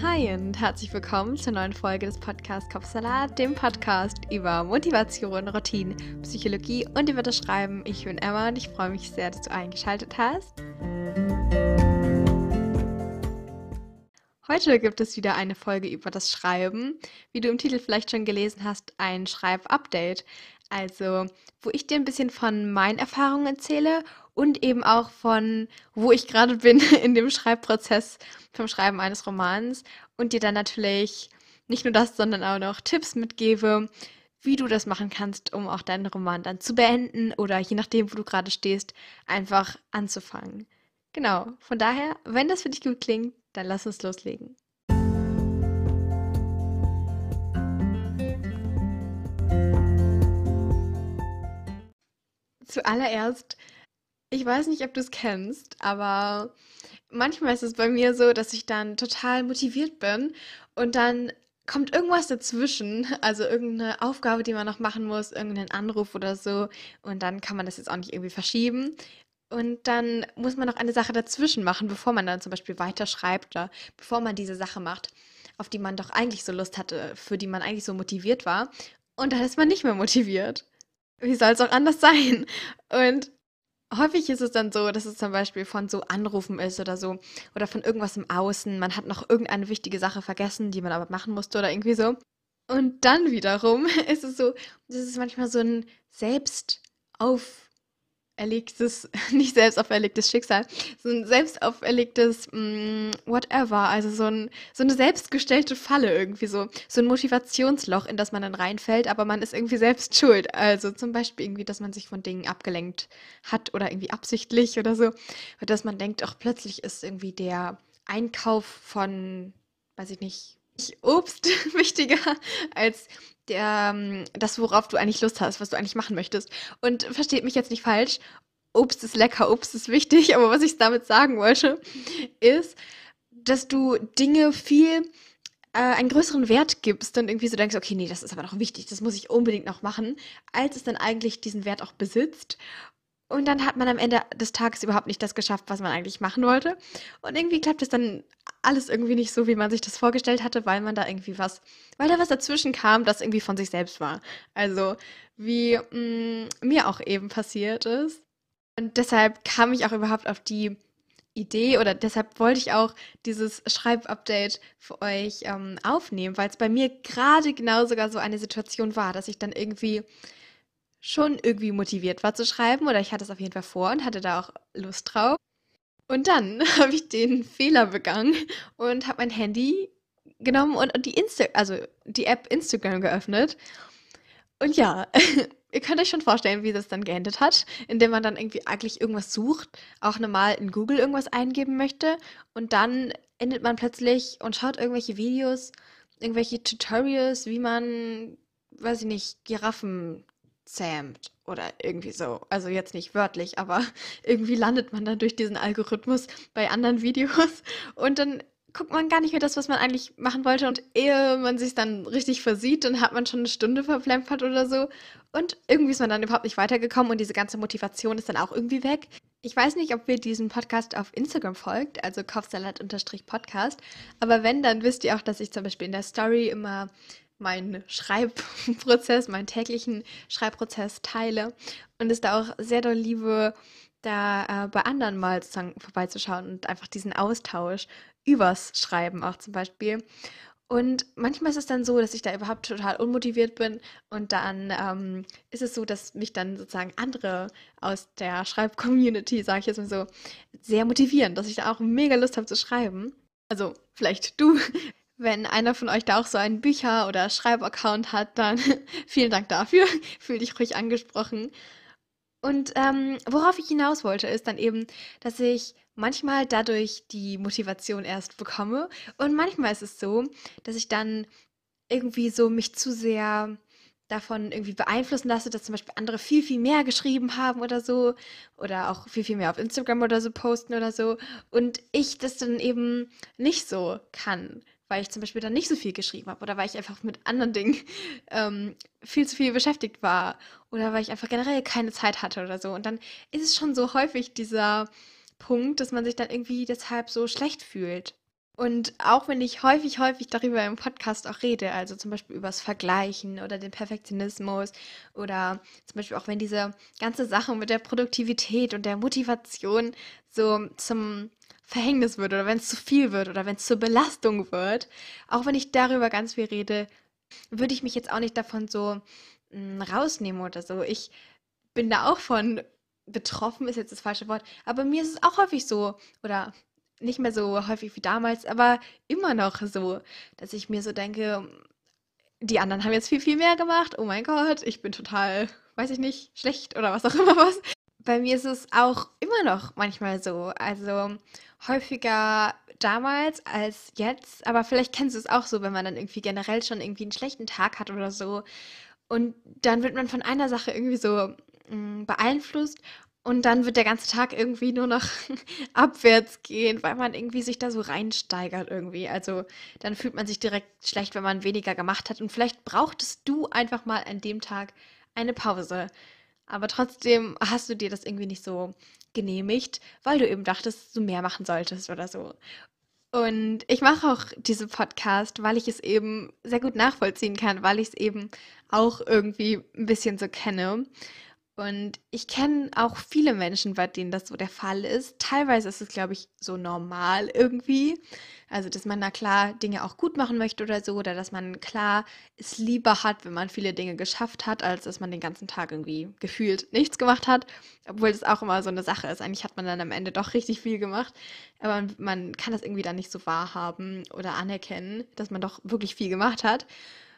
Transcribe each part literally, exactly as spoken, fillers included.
Hi und herzlich willkommen zur neuen Folge des Podcasts Kopfsalat, dem Podcast über Motivation, Routinen, Psychologie und über das Schreiben. Ich bin Emma und ich freue mich sehr, dass du eingeschaltet hast. Heute gibt es wieder eine Folge über das Schreiben. Wie du im Titel vielleicht schon gelesen hast, ein Schreibupdate. Also, wo ich dir ein bisschen von meinen Erfahrungen erzähle und eben auch von, wo ich gerade bin in dem Schreibprozess vom Schreiben eines Romans und dir dann natürlich nicht nur das, sondern auch noch Tipps mitgebe, wie du das machen kannst, um auch deinen Roman dann zu beenden oder je nachdem, wo du gerade stehst, einfach anzufangen. Genau, von daher, wenn das für dich gut klingt, dann lass uns loslegen. Zuallererst, ich weiß nicht, ob du es kennst, aber manchmal ist es bei mir so, dass ich dann total motiviert bin und dann kommt irgendwas dazwischen, also irgendeine Aufgabe, die man noch machen muss, irgendein Anruf oder so und dann kann man das jetzt auch nicht irgendwie verschieben. Und dann muss man noch eine Sache dazwischen machen, bevor man dann zum Beispiel weiterschreibt oder bevor man diese Sache macht, auf die man doch eigentlich so Lust hatte, für die man eigentlich so motiviert war. Und dann ist man nicht mehr motiviert. Wie soll es auch anders sein? Und häufig ist es dann so, dass es zum Beispiel von so Anrufen ist oder so oder von irgendwas im Außen. Man hat noch irgendeine wichtige Sache vergessen, die man aber machen musste oder irgendwie so. Und dann wiederum ist es so, das ist manchmal so ein selbst auferlegtes, nicht selbst auferlegtes Schicksal, so ein selbst auferlegtes mm, whatever, also so, ein, so eine selbstgestellte Falle irgendwie so, so ein Motivationsloch, in das man dann reinfällt, aber man ist irgendwie selbst schuld. Also zum Beispiel irgendwie, dass man sich von Dingen abgelenkt hat oder irgendwie absichtlich oder so, oder dass man denkt, auch plötzlich ist irgendwie der Einkauf von, weiß ich nicht, Obst wichtiger als der, ähm, das, worauf du eigentlich Lust hast, was du eigentlich machen möchtest. Und versteht mich jetzt nicht falsch, Obst ist lecker, Obst ist wichtig, aber was ich damit sagen wollte, ist, dass du Dinge viel äh, einen größeren Wert gibst und irgendwie so denkst, okay, nee, das ist aber noch wichtig, das muss ich unbedingt noch machen, als es dann eigentlich diesen Wert auch besitzt. Und dann hat man am Ende des Tages überhaupt nicht das geschafft, was man eigentlich machen wollte. Und irgendwie klappt es dann alles irgendwie nicht so, wie man sich das vorgestellt hatte, weil man da irgendwie was, weil da was dazwischen kam, das irgendwie von sich selbst war. Also wie mh, mir auch eben passiert ist. Und deshalb kam ich auch überhaupt auf die Idee oder deshalb wollte ich auch dieses Schreibupdate für euch ähm, aufnehmen, weil es bei mir gerade genau sogar so eine Situation war, dass ich dann irgendwie schon irgendwie motiviert war zu schreiben oder ich hatte es auf jeden Fall vor und hatte da auch Lust drauf. Und dann habe ich den Fehler begangen und habe mein Handy genommen und, und die Insta also die App Instagram geöffnet. Und ja, ihr könnt euch schon vorstellen, wie das dann geendet hat, indem man dann irgendwie eigentlich irgendwas sucht, auch normal in Google irgendwas eingeben möchte und dann endet man plötzlich und schaut irgendwelche Videos, irgendwelche Tutorials, wie man, weiß ich nicht, Giraffen zähmt oder irgendwie so. Also jetzt nicht wörtlich, aber irgendwie landet man dann durch diesen Algorithmus bei anderen Videos und dann guckt man gar nicht mehr das, was man eigentlich machen wollte. Und ehe man sich dann richtig versieht, dann hat man schon eine Stunde verplempert oder so. Und irgendwie ist man dann überhaupt nicht weitergekommen und diese ganze Motivation ist dann auch irgendwie weg. Ich weiß nicht, ob ihr diesen Podcast auf Instagram folgt, also Kopfsalat-Podcast. Aber wenn, dann wisst ihr auch, dass ich zum Beispiel in der Story immer meinen Schreibprozess, meinen täglichen Schreibprozess teile und es da auch sehr doll liebe, da äh, bei anderen mal sozusagen vorbeizuschauen und einfach diesen Austausch übers Schreiben auch zum Beispiel. Und manchmal ist es dann so, dass ich da überhaupt total unmotiviert bin und dann ähm, ist es so, dass mich dann sozusagen andere aus der Schreib-Community, sage ich jetzt mal so, sehr motivieren, dass ich da auch mega Lust habe zu schreiben. Also vielleicht du, wenn einer von euch da auch so einen Bücher- oder Schreibaccount hat, dann vielen Dank dafür. Fühl dich ruhig angesprochen. Und ähm, worauf ich hinaus wollte, ist dann eben, dass ich manchmal dadurch die Motivation erst bekomme. Und manchmal ist es so, dass ich dann irgendwie so mich zu sehr davon irgendwie beeinflussen lasse, dass zum Beispiel andere viel, viel mehr geschrieben haben oder so. Oder auch viel, viel mehr auf Instagram oder so posten oder so. Und ich das dann eben nicht so kann, weil ich zum Beispiel dann nicht so viel geschrieben habe oder weil ich einfach mit anderen Dingen ähm, viel zu viel beschäftigt war oder weil ich einfach generell keine Zeit hatte oder so. Und dann ist es schon so häufig dieser Punkt, dass man sich dann irgendwie deshalb so schlecht fühlt. Und auch wenn ich häufig, häufig darüber im Podcast auch rede, also zum Beispiel übers Vergleichen oder den Perfektionismus oder zum Beispiel auch wenn diese ganze Sache mit der Produktivität und der Motivation so zum Verhängnis wird oder wenn es zu viel wird oder wenn es zur Belastung wird, auch wenn ich darüber ganz viel rede, würde ich mich jetzt auch nicht davon so mm, rausnehmen oder so. Ich bin da auch von betroffen, ist jetzt das falsche Wort, aber mir ist es auch häufig so, oder nicht mehr so häufig wie damals, aber immer noch so, dass ich mir so denke, die anderen haben jetzt viel, viel mehr gemacht. Oh mein Gott, ich bin total, weiß ich nicht, schlecht oder was auch immer was. Bei mir ist es auch immer noch manchmal so. Also häufiger damals als jetzt. Aber vielleicht kennst du es auch so, wenn man dann irgendwie generell schon irgendwie einen schlechten Tag hat oder so. Und dann wird man von einer Sache irgendwie so mm, beeinflusst. Und dann wird der ganze Tag irgendwie nur noch abwärts gehen, weil man irgendwie sich da so reinsteigert irgendwie. Also dann fühlt man sich direkt schlecht, wenn man weniger gemacht hat. Und vielleicht brauchtest du einfach mal an dem Tag eine Pause. Aber trotzdem hast du dir das irgendwie nicht so genehmigt, weil du eben dachtest, du mehr machen solltest oder so. Und ich mache auch diesen Podcast, weil ich es eben sehr gut nachvollziehen kann, weil ich es eben auch irgendwie ein bisschen so kenne. Und ich kenne auch viele Menschen, bei denen das so der Fall ist. Teilweise ist es, glaube ich, so normal irgendwie. Also, dass man da klar Dinge auch gut machen möchte oder so, oder dass man klar es lieber hat, wenn man viele Dinge geschafft hat, als dass man den ganzen Tag irgendwie gefühlt nichts gemacht hat. Obwohl das auch immer so eine Sache ist. Eigentlich hat man dann am Ende doch richtig viel gemacht, aber man, man kann das irgendwie dann nicht so wahrhaben oder anerkennen, dass man doch wirklich viel gemacht hat.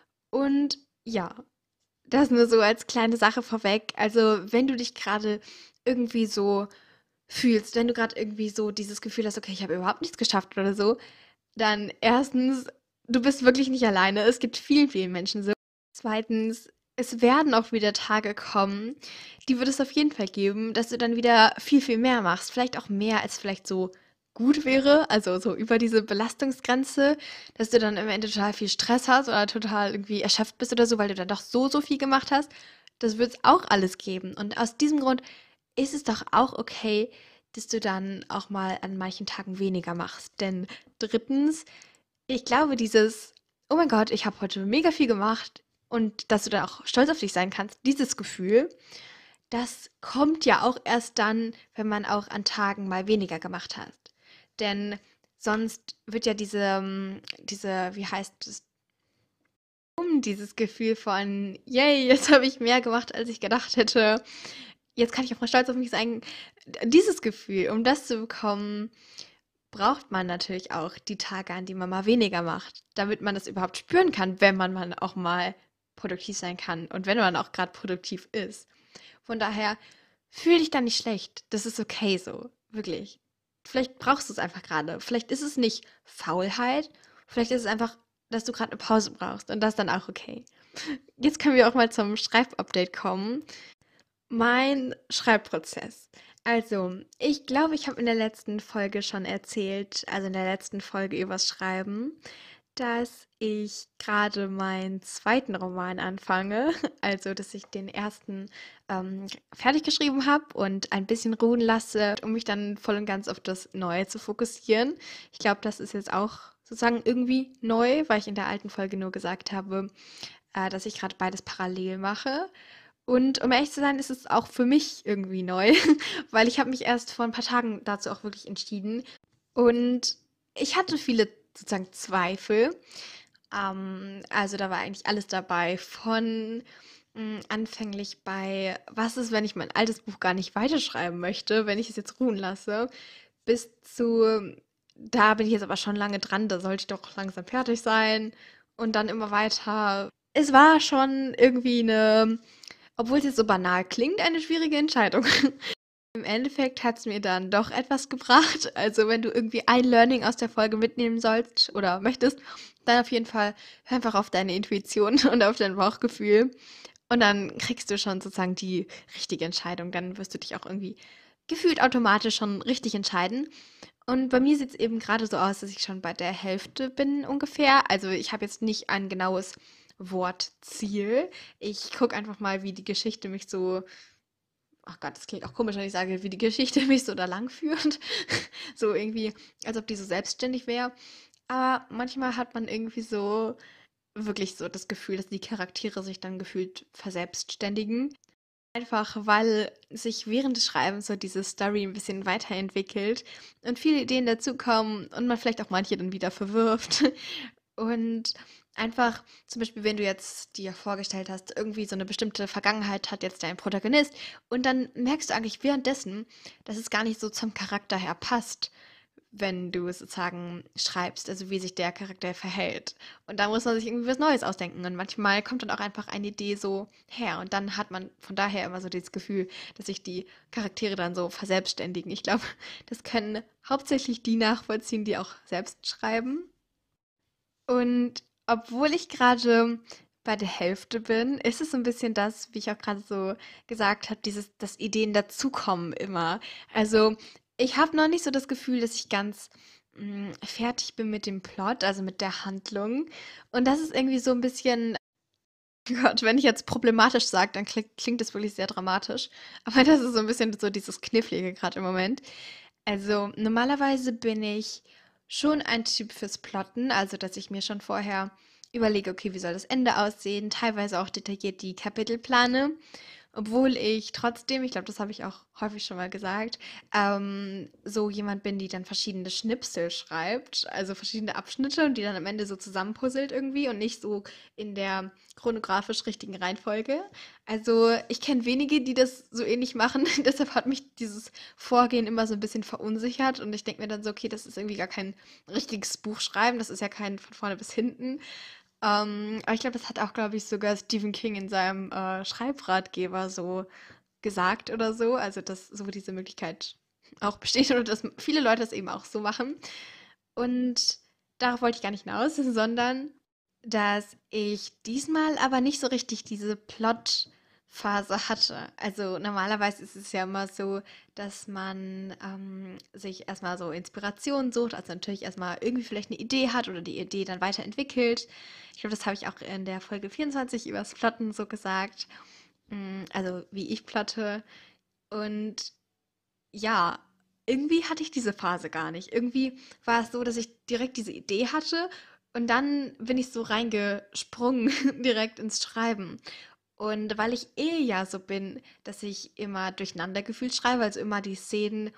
Und ja, das nur so als kleine Sache vorweg. Also, wenn du dich gerade irgendwie so fühlst, wenn du gerade irgendwie so dieses Gefühl hast, okay, ich habe überhaupt nichts geschafft oder so, dann erstens, du bist wirklich nicht alleine. Es gibt vielen, vielen Menschen so. Zweitens, es werden auch wieder Tage kommen, die wird es auf jeden Fall geben, dass du dann wieder viel, viel mehr machst. Vielleicht auch mehr, als vielleicht so gut wäre. Also so über diese Belastungsgrenze, dass du dann am Ende total viel Stress hast oder total irgendwie erschöpft bist oder so, weil du dann doch so, so viel gemacht hast. Das wird es auch alles geben. Und aus diesem Grund ist es doch auch okay, dass du dann auch mal an manchen Tagen weniger machst. Denn drittens, ich glaube, dieses, oh mein Gott, ich habe heute mega viel gemacht und dass du dann auch stolz auf dich sein kannst, dieses Gefühl, das kommt ja auch erst dann, wenn man auch an Tagen mal weniger gemacht hat. Denn sonst wird ja diese, ähm, diese, wie heißt es, um dieses Gefühl von, yay, jetzt habe ich mehr gemacht, als ich gedacht hätte. Jetzt kann ich auch mal stolz auf mich sein. Dieses Gefühl, um das zu bekommen, braucht man natürlich auch die Tage, an denen man mal weniger macht, damit man das überhaupt spüren kann, wenn man mal auch mal produktiv sein kann und wenn man auch gerade produktiv ist. Von daher fühl dich da nicht schlecht. Das ist okay so, wirklich. Vielleicht brauchst du es einfach gerade. Vielleicht ist es nicht Faulheit, vielleicht ist es einfach, dass du gerade eine Pause brauchst und das ist dann auch okay. Jetzt können wir auch mal zum Schreibupdate kommen. Mein Schreibprozess. Also, ich glaube, ich habe in der letzten Folge schon erzählt, also in der letzten Folge übers Schreiben, dass ich gerade meinen zweiten Roman anfange. Also, dass ich den ersten ähm, fertig geschrieben habe und ein bisschen ruhen lasse, um mich dann voll und ganz auf das Neue zu fokussieren. Ich glaube, das ist jetzt auch sozusagen irgendwie neu, weil ich in der alten Folge nur gesagt habe, äh, dass ich gerade beides parallel mache. Und um ehrlich zu sein, ist es auch für mich irgendwie neu, weil ich habe mich erst vor ein paar Tagen dazu auch wirklich entschieden. Und ich hatte viele sozusagen Zweifel. Ähm, also da war eigentlich alles dabei, von mh, anfänglich bei, was ist, wenn ich mein altes Buch gar nicht weiterschreiben möchte, wenn ich es jetzt ruhen lasse, bis zu, da bin ich jetzt aber schon lange dran, da sollte ich doch langsam fertig sein. Und dann immer weiter. Es war schon irgendwie eine, obwohl es jetzt so banal klingt, eine schwierige Entscheidung. Im Endeffekt hat es mir dann doch etwas gebracht. Also wenn du irgendwie ein Learning aus der Folge mitnehmen sollst oder möchtest, dann auf jeden Fall hör einfach auf deine Intuition und auf dein Bauchgefühl. Und dann kriegst du schon sozusagen die richtige Entscheidung. Dann wirst du dich auch irgendwie gefühlt automatisch schon richtig entscheiden. Und bei mir sieht es eben gerade so aus, dass ich schon bei der Hälfte bin ungefähr. Also ich habe jetzt nicht ein genaues Wortziel. Ich gucke einfach mal, wie die Geschichte mich so, ach Gott, das klingt auch komisch, wenn ich sage, wie die Geschichte mich so da lang führt. So irgendwie, als ob die so selbstständig wäre. Aber manchmal hat man irgendwie so wirklich so das Gefühl, dass die Charaktere sich dann gefühlt verselbstständigen. Einfach weil sich während des Schreibens so diese Story ein bisschen weiterentwickelt und viele Ideen dazukommen und man vielleicht auch manche dann wieder verwirft. Und einfach, zum Beispiel, wenn du jetzt dir vorgestellt hast, irgendwie so eine bestimmte Vergangenheit hat jetzt dein Protagonist und dann merkst du eigentlich währenddessen, dass es gar nicht so zum Charakter her passt, wenn du sozusagen schreibst, also wie sich der Charakter verhält. Und da muss man sich irgendwie was Neues ausdenken. Und manchmal kommt dann auch einfach eine Idee so her. Und dann hat man von daher immer so dieses Gefühl, dass sich die Charaktere dann so verselbstständigen. Ich glaube, das können hauptsächlich die nachvollziehen, die auch selbst schreiben. Und obwohl ich gerade bei der Hälfte bin, ist es so ein bisschen das, wie ich auch gerade so gesagt habe, dieses, dass Ideen dazukommen immer. Also ich habe noch nicht so das Gefühl, dass ich ganz mh, fertig bin mit dem Plot, also mit der Handlung. Und das ist irgendwie so ein bisschen, Gott, wenn ich jetzt problematisch sage, dann klingt, klingt das wirklich sehr dramatisch. Aber das ist so ein bisschen so dieses Knifflige gerade im Moment. Also normalerweise bin ich schon ein Typ fürs Plotten, also dass ich mir schon vorher überlege, okay, wie soll das Ende aussehen, teilweise auch detailliert die Kapitel plane. Obwohl ich trotzdem, ich glaube, das habe ich auch häufig schon mal gesagt, ähm, so jemand bin, die dann verschiedene Schnipsel schreibt, also verschiedene Abschnitte und die dann am Ende so zusammenpuzzelt irgendwie und nicht so in der chronografisch richtigen Reihenfolge. Also ich kenne wenige, die das so ähnlich machen. Deshalb hat mich dieses Vorgehen immer so ein bisschen verunsichert und ich denke mir dann so, okay, das ist irgendwie gar kein richtiges Buch schreiben, das ist ja kein von vorne bis hinten. Ähm, aber ich glaube, das hat auch, glaube ich, sogar Stephen King in seinem äh, Schreibratgeber so gesagt oder so. Also, dass so diese Möglichkeit auch besteht oder dass viele Leute das eben auch so machen. Und darauf wollte ich gar nicht hinaus, sondern dass ich diesmal aber nicht so richtig diese Plot-Phase hatte. Also normalerweise ist es ja immer so, dass man ähm, sich erstmal so Inspiration sucht, also natürlich erstmal irgendwie vielleicht eine Idee hat oder die Idee dann weiterentwickelt. Ich glaube, das habe ich auch in der Folge vierundzwanzig über das Plotten so gesagt. Mm, Also wie ich plotte. Und ja, irgendwie hatte ich diese Phase gar nicht. Irgendwie war es so, dass ich direkt diese Idee hatte und dann bin ich so reingesprungen direkt ins Schreiben. Und weil ich eh ja so bin, dass ich immer durcheinander gefühlt schreibe, also immer die Szenen,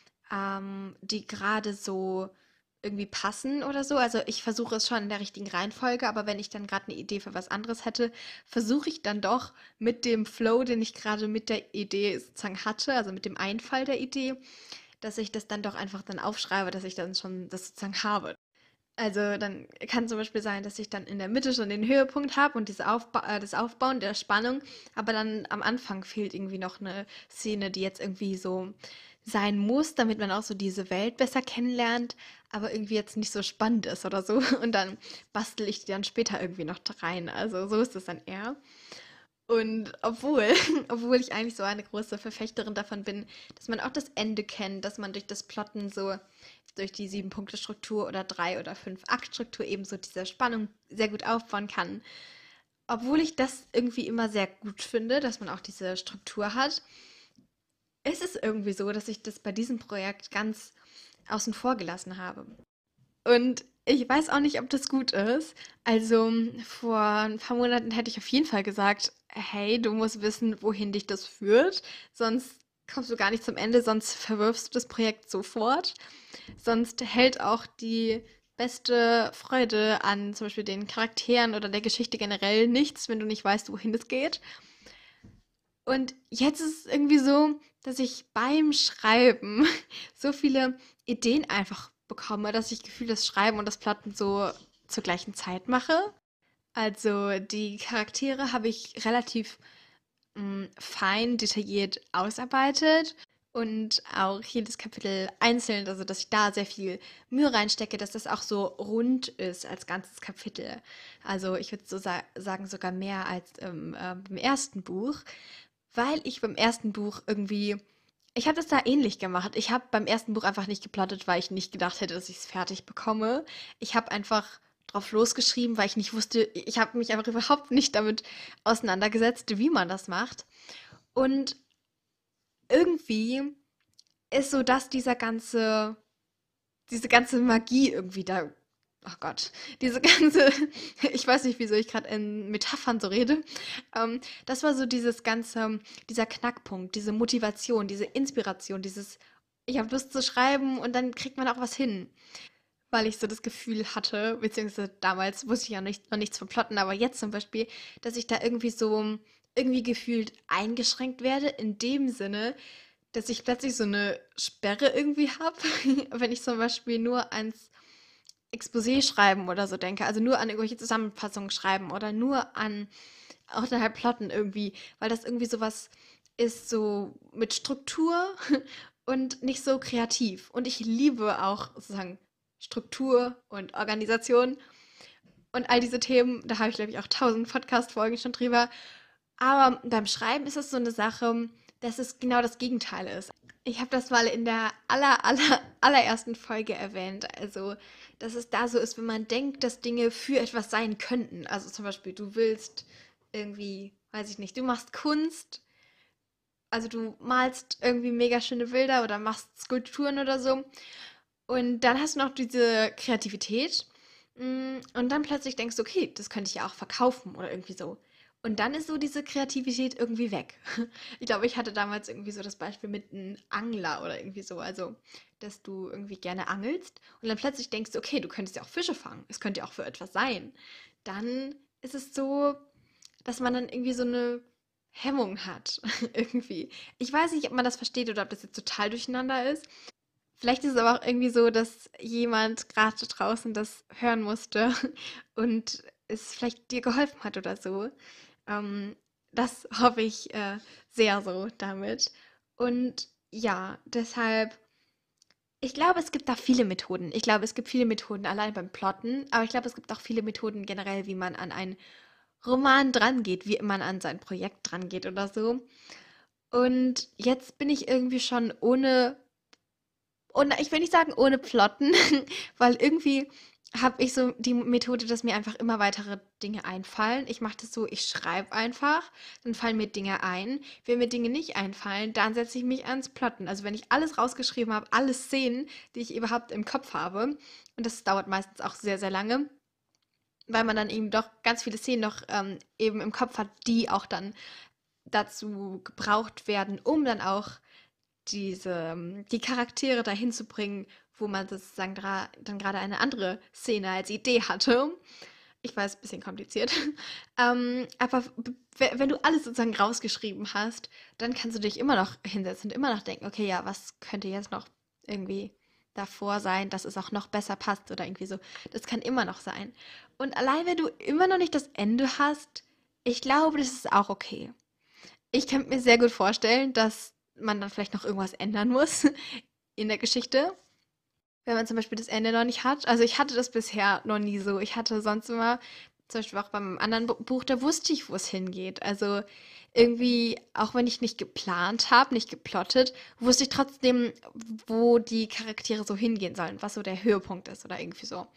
ähm, die gerade so irgendwie passen oder so. Also ich versuche es schon in der richtigen Reihenfolge, aber wenn ich dann gerade eine Idee für was anderes hätte, versuche ich dann doch mit dem Flow, den ich gerade mit der Idee sozusagen hatte, also mit dem Einfall der Idee, dass ich das dann doch einfach dann aufschreibe, dass ich dann schon das sozusagen habe. Also dann kann zum Beispiel sein, dass ich dann in der Mitte schon den Höhepunkt habe und diese Aufba äh, das Aufbauen der Spannung, aber dann am Anfang fehlt irgendwie noch eine Szene, die jetzt irgendwie so sein muss, damit man auch so diese Welt besser kennenlernt, aber irgendwie jetzt nicht so spannend ist oder so. Und dann bastel ich die dann später irgendwie noch da rein. Also so ist es dann eher. Und obwohl, obwohl ich eigentlich so eine große Verfechterin davon bin, dass man auch das Ende kennt, dass man durch das Plotten so, durch die Sieben-Punkte-Struktur oder Drei- oder Fünf-Akt-Struktur eben so diese Spannung sehr gut aufbauen kann. Obwohl ich das irgendwie immer sehr gut finde, dass man auch diese Struktur hat, ist es irgendwie so, dass ich das bei diesem Projekt ganz außen vor gelassen habe. Und ich weiß auch nicht, ob das gut ist. Also vor ein paar Monaten hätte ich auf jeden Fall gesagt, hey, du musst wissen, wohin dich das führt, sonst kommst du gar nicht zum Ende, sonst verwirfst du das Projekt sofort. Sonst hält auch die beste Freude an zum Beispiel den Charakteren oder der Geschichte generell nichts, wenn du nicht weißt, wohin es geht. Und jetzt ist es irgendwie so, dass ich beim Schreiben so viele Ideen einfach bekomme, dass ich gefühlt das Schreiben und das Plotten so zur gleichen Zeit mache. Also die Charaktere habe ich relativ mm, fein detailliert ausarbeitet und auch jedes Kapitel einzeln, also dass ich da sehr viel Mühe reinstecke, dass das auch so rund ist als ganzes Kapitel. Also ich würde so sa sagen, sogar mehr als im, äh, im ersten Buch, weil ich beim ersten Buch irgendwie, ich habe das da ähnlich gemacht. Ich habe beim ersten Buch einfach nicht geplottet, weil ich nicht gedacht hätte, dass ich es fertig bekomme. Ich habe einfach drauf losgeschrieben, weil ich nicht wusste, ich habe mich einfach überhaupt nicht damit auseinandergesetzt, wie man das macht. Und irgendwie ist so, dass dieser ganze, diese ganze Magie irgendwie da oh Gott, diese ganze, ich weiß nicht, wieso ich gerade in Metaphern so rede. Ähm, das war so dieses ganze, dieser Knackpunkt, diese Motivation, diese Inspiration, dieses, ich habe Lust zu schreiben und dann kriegt man auch was hin. Weil ich so das Gefühl hatte, beziehungsweise damals wusste ich ja nicht, noch nichts von Plotten, aber jetzt zum Beispiel, dass ich da irgendwie so, irgendwie gefühlt eingeschränkt werde, in dem Sinne, dass ich plötzlich so eine Sperre irgendwie habe, wenn ich zum Beispiel nur ans Exposé schreiben oder so denke, also nur an irgendwelche Zusammenfassungen schreiben oder nur an außerhalb Plotten irgendwie, weil das irgendwie sowas ist, so mit Struktur und nicht so kreativ. Und ich liebe auch sozusagen Struktur und Organisation und all diese Themen. Da habe ich, glaube ich, auch tausend Podcast-Folgen schon drüber. Aber beim Schreiben ist es so eine Sache, dass es genau das Gegenteil ist. Ich habe das mal in der aller, aller, allerersten Folge erwähnt. Also, dass es da so ist, wenn man denkt, dass Dinge für etwas sein könnten. Also zum Beispiel, du willst irgendwie, weiß ich nicht, du machst Kunst, also du malst irgendwie mega schöne Bilder oder machst Skulpturen oder so. Und dann hast du noch diese Kreativität. mm, Und dann plötzlich denkst du, okay, das könnte ich ja auch verkaufen oder irgendwie so. Und dann ist so diese Kreativität irgendwie weg. Ich glaube, ich hatte damals irgendwie so das Beispiel mit einem Angler oder irgendwie so. Also, dass du irgendwie gerne angelst und dann plötzlich denkst du, okay, du könntest ja auch Fische fangen. Es könnte ja auch für etwas sein. Dann ist es so, dass man dann irgendwie so eine Hemmung hat. Irgendwie. Ich weiß nicht, ob man das versteht oder ob das jetzt total durcheinander ist. Vielleicht ist es aber auch irgendwie so, dass jemand gerade draußen das hören musste und es vielleicht dir geholfen hat oder so. Ähm, Das hoffe ich äh, sehr so damit. Und ja, deshalb, ich glaube, es gibt da viele Methoden. Ich glaube, es gibt viele Methoden allein beim Plotten, aber ich glaube, es gibt auch viele Methoden generell, wie man an einen Roman drangeht, wie man an sein Projekt drangeht oder so. Und jetzt bin ich irgendwie schon ohne und ich will nicht sagen ohne Plotten, weil irgendwie habe ich so die Methode, dass mir einfach immer weitere Dinge einfallen. Ich mache das so, ich schreibe einfach, dann fallen mir Dinge ein. Wenn mir Dinge nicht einfallen, dann setze ich mich ans Plotten. Also wenn ich alles rausgeschrieben habe, alle Szenen, die ich überhaupt im Kopf habe, und das dauert meistens auch sehr, sehr lange, weil man dann eben doch ganz viele Szenen noch ähm, eben im Kopf hat, die auch dann dazu gebraucht werden, um dann auch diese, ähm, die Charaktere dahin zu bringen, wo man sozusagen dra dann gerade eine andere Szene als Idee hatte. Ich weiß, ein bisschen kompliziert. Ähm, aber w- wenn du alles sozusagen rausgeschrieben hast, dann kannst du dich immer noch hinsetzen und immer noch denken, okay, ja, was könnte jetzt noch irgendwie davor sein, dass es auch noch besser passt oder irgendwie so. Das kann immer noch sein. Und allein wenn du immer noch nicht das Ende hast, ich glaube, das ist auch okay. Ich kann mir sehr gut vorstellen, dass man dann vielleicht noch irgendwas ändern muss in der Geschichte, wenn man zum Beispiel das Ende noch nicht hat. Also ich hatte das bisher noch nie so. Ich hatte sonst immer, zum Beispiel auch beim anderen Bu- Buch, da wusste ich, wo es hingeht. Also irgendwie, auch wenn ich nicht geplant habe, nicht geplottet, wusste ich trotzdem, wo die Charaktere so hingehen sollen, was so der Höhepunkt ist oder irgendwie so.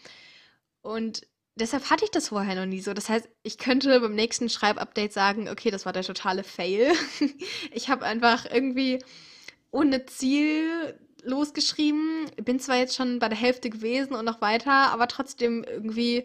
Und deshalb hatte ich das vorher noch nie so. Das heißt, ich könnte beim nächsten Schreibupdate sagen, okay, das war der totale Fail. Ich habe einfach irgendwie ohne Ziel losgeschrieben. Bin zwar jetzt schon bei der Hälfte gewesen und noch weiter, aber trotzdem irgendwie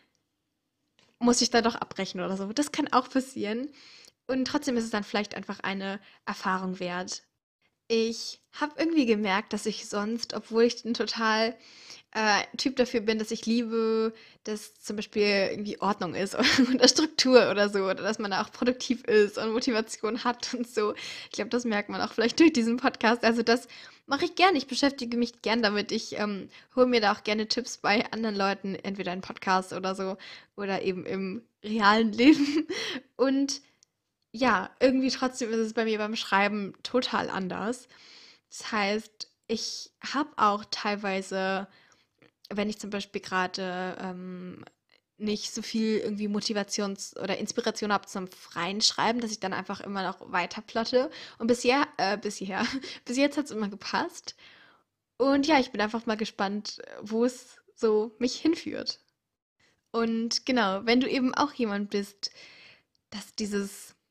muss ich da doch abbrechen oder so. Das kann auch passieren. Und trotzdem ist es dann vielleicht einfach eine Erfahrung wert. Ich habe irgendwie gemerkt, dass ich sonst, obwohl ich ein total äh, Typ dafür bin, dass ich liebe, dass zum Beispiel irgendwie Ordnung ist oder Struktur oder so, oder dass man da auch produktiv ist und Motivation hat und so. Ich glaube, das merkt man auch vielleicht durch diesen Podcast. Also das mache ich gerne. Ich beschäftige mich gern damit. Ich ähm, hole mir da auch gerne Tipps bei anderen Leuten, entweder in Podcasts oder so oder eben im realen Leben. Und ja, irgendwie trotzdem ist es bei mir beim Schreiben total anders. Das heißt, ich habe auch teilweise, wenn ich zum Beispiel gerade ähm, nicht so viel irgendwie Motivations- oder Inspiration habe zum freien Schreiben, dass ich dann einfach immer noch weiter plotte. Und bisher, äh, bis hierher, bis jetzt hat es immer gepasst. Und ja, ich bin einfach mal gespannt, wo es so mich hinführt. Und genau, wenn du eben auch jemand bist, dass dieses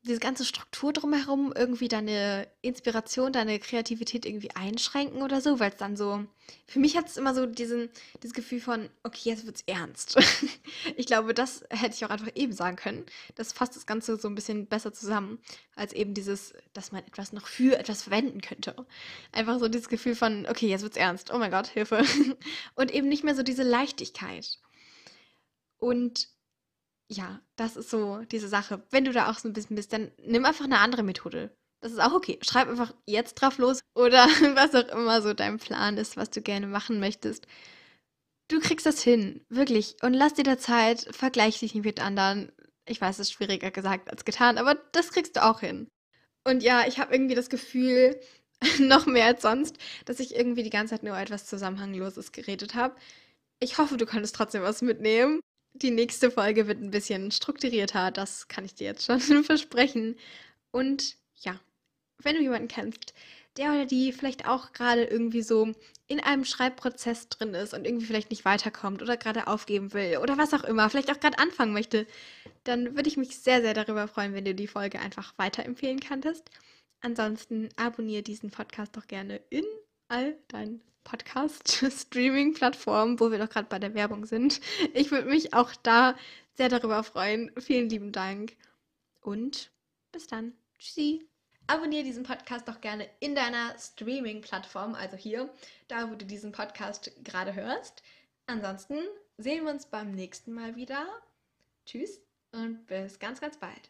diese ganze Struktur drumherum irgendwie deine Inspiration, deine Kreativität irgendwie einschränken oder so, weil es dann so, für mich hat es immer so diesen, dieses Gefühl von, okay, jetzt wird's ernst. Ich glaube, das hätte ich auch einfach eben sagen können. Das fasst das Ganze so ein bisschen besser zusammen, als eben dieses, dass man etwas noch für etwas verwenden könnte. Einfach so dieses Gefühl von, okay, jetzt wird's ernst. Oh mein Gott, Hilfe. Und eben nicht mehr so diese Leichtigkeit. Und ja, das ist so diese Sache. Wenn du da auch so ein bisschen bist, dann nimm einfach eine andere Methode. Das ist auch okay. Schreib einfach jetzt drauf los oder was auch immer so dein Plan ist, was du gerne machen möchtest. Du kriegst das hin, wirklich. Und lass dir da Zeit, vergleich dich nicht mit anderen. Ich weiß, es ist schwieriger gesagt als getan, aber das kriegst du auch hin. Und ja, ich habe irgendwie das Gefühl, noch mehr als sonst, dass ich irgendwie die ganze Zeit nur etwas Zusammenhangloses geredet habe. Ich hoffe, du konntest trotzdem was mitnehmen. Die nächste Folge wird ein bisschen strukturierter, das kann ich dir jetzt schon versprechen. Und ja, wenn du jemanden kennst, der oder die vielleicht auch gerade irgendwie so in einem Schreibprozess drin ist und irgendwie vielleicht nicht weiterkommt oder gerade aufgeben will oder was auch immer, vielleicht auch gerade anfangen möchte, dann würde ich mich sehr, sehr darüber freuen, wenn du die Folge einfach weiterempfehlen könntest. Ansonsten abonniere diesen Podcast doch gerne in all deinen Podcast-Streaming-Plattformen, wo wir doch gerade bei der Werbung sind. Ich würde mich auch da sehr darüber freuen. Vielen lieben Dank und bis dann. Tschüssi. Abonniere diesen Podcast doch gerne in deiner Streaming-Plattform, also hier, da wo du diesen Podcast gerade hörst. Ansonsten sehen wir uns beim nächsten Mal wieder. Tschüss und bis ganz, ganz bald.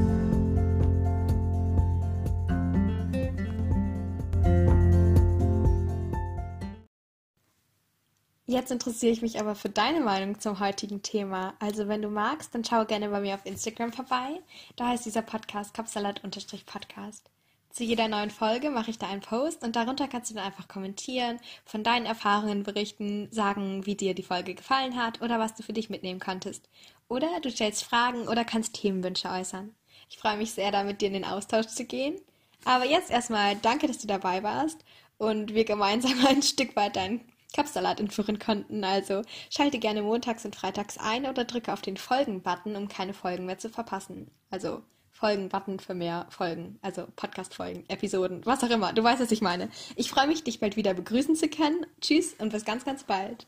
Jetzt interessiere ich mich aber für deine Meinung zum heutigen Thema. Also wenn du magst, dann schau gerne bei mir auf Instagram vorbei. Da heißt dieser Podcast Kopfsalat-Podcast. Zu jeder neuen Folge mache ich da einen Post und darunter kannst du dann einfach kommentieren, von deinen Erfahrungen berichten, sagen, wie dir die Folge gefallen hat oder was du für dich mitnehmen konntest. Oder du stellst Fragen oder kannst Themenwünsche äußern. Ich freue mich sehr, da mit dir in den Austausch zu gehen. Aber jetzt erstmal danke, dass du dabei warst und wir gemeinsam ein Stück weit deinen Kapsalat entführen konnten. Also schalte gerne montags und freitags ein oder drücke auf den Folgen-Button, um keine Folgen mehr zu verpassen. Also Folgen-Button für mehr Folgen, also Podcast-Folgen, Episoden, was auch immer. Du weißt, was ich meine. Ich freue mich, dich bald wieder begrüßen zu können. Tschüss und bis ganz, ganz bald.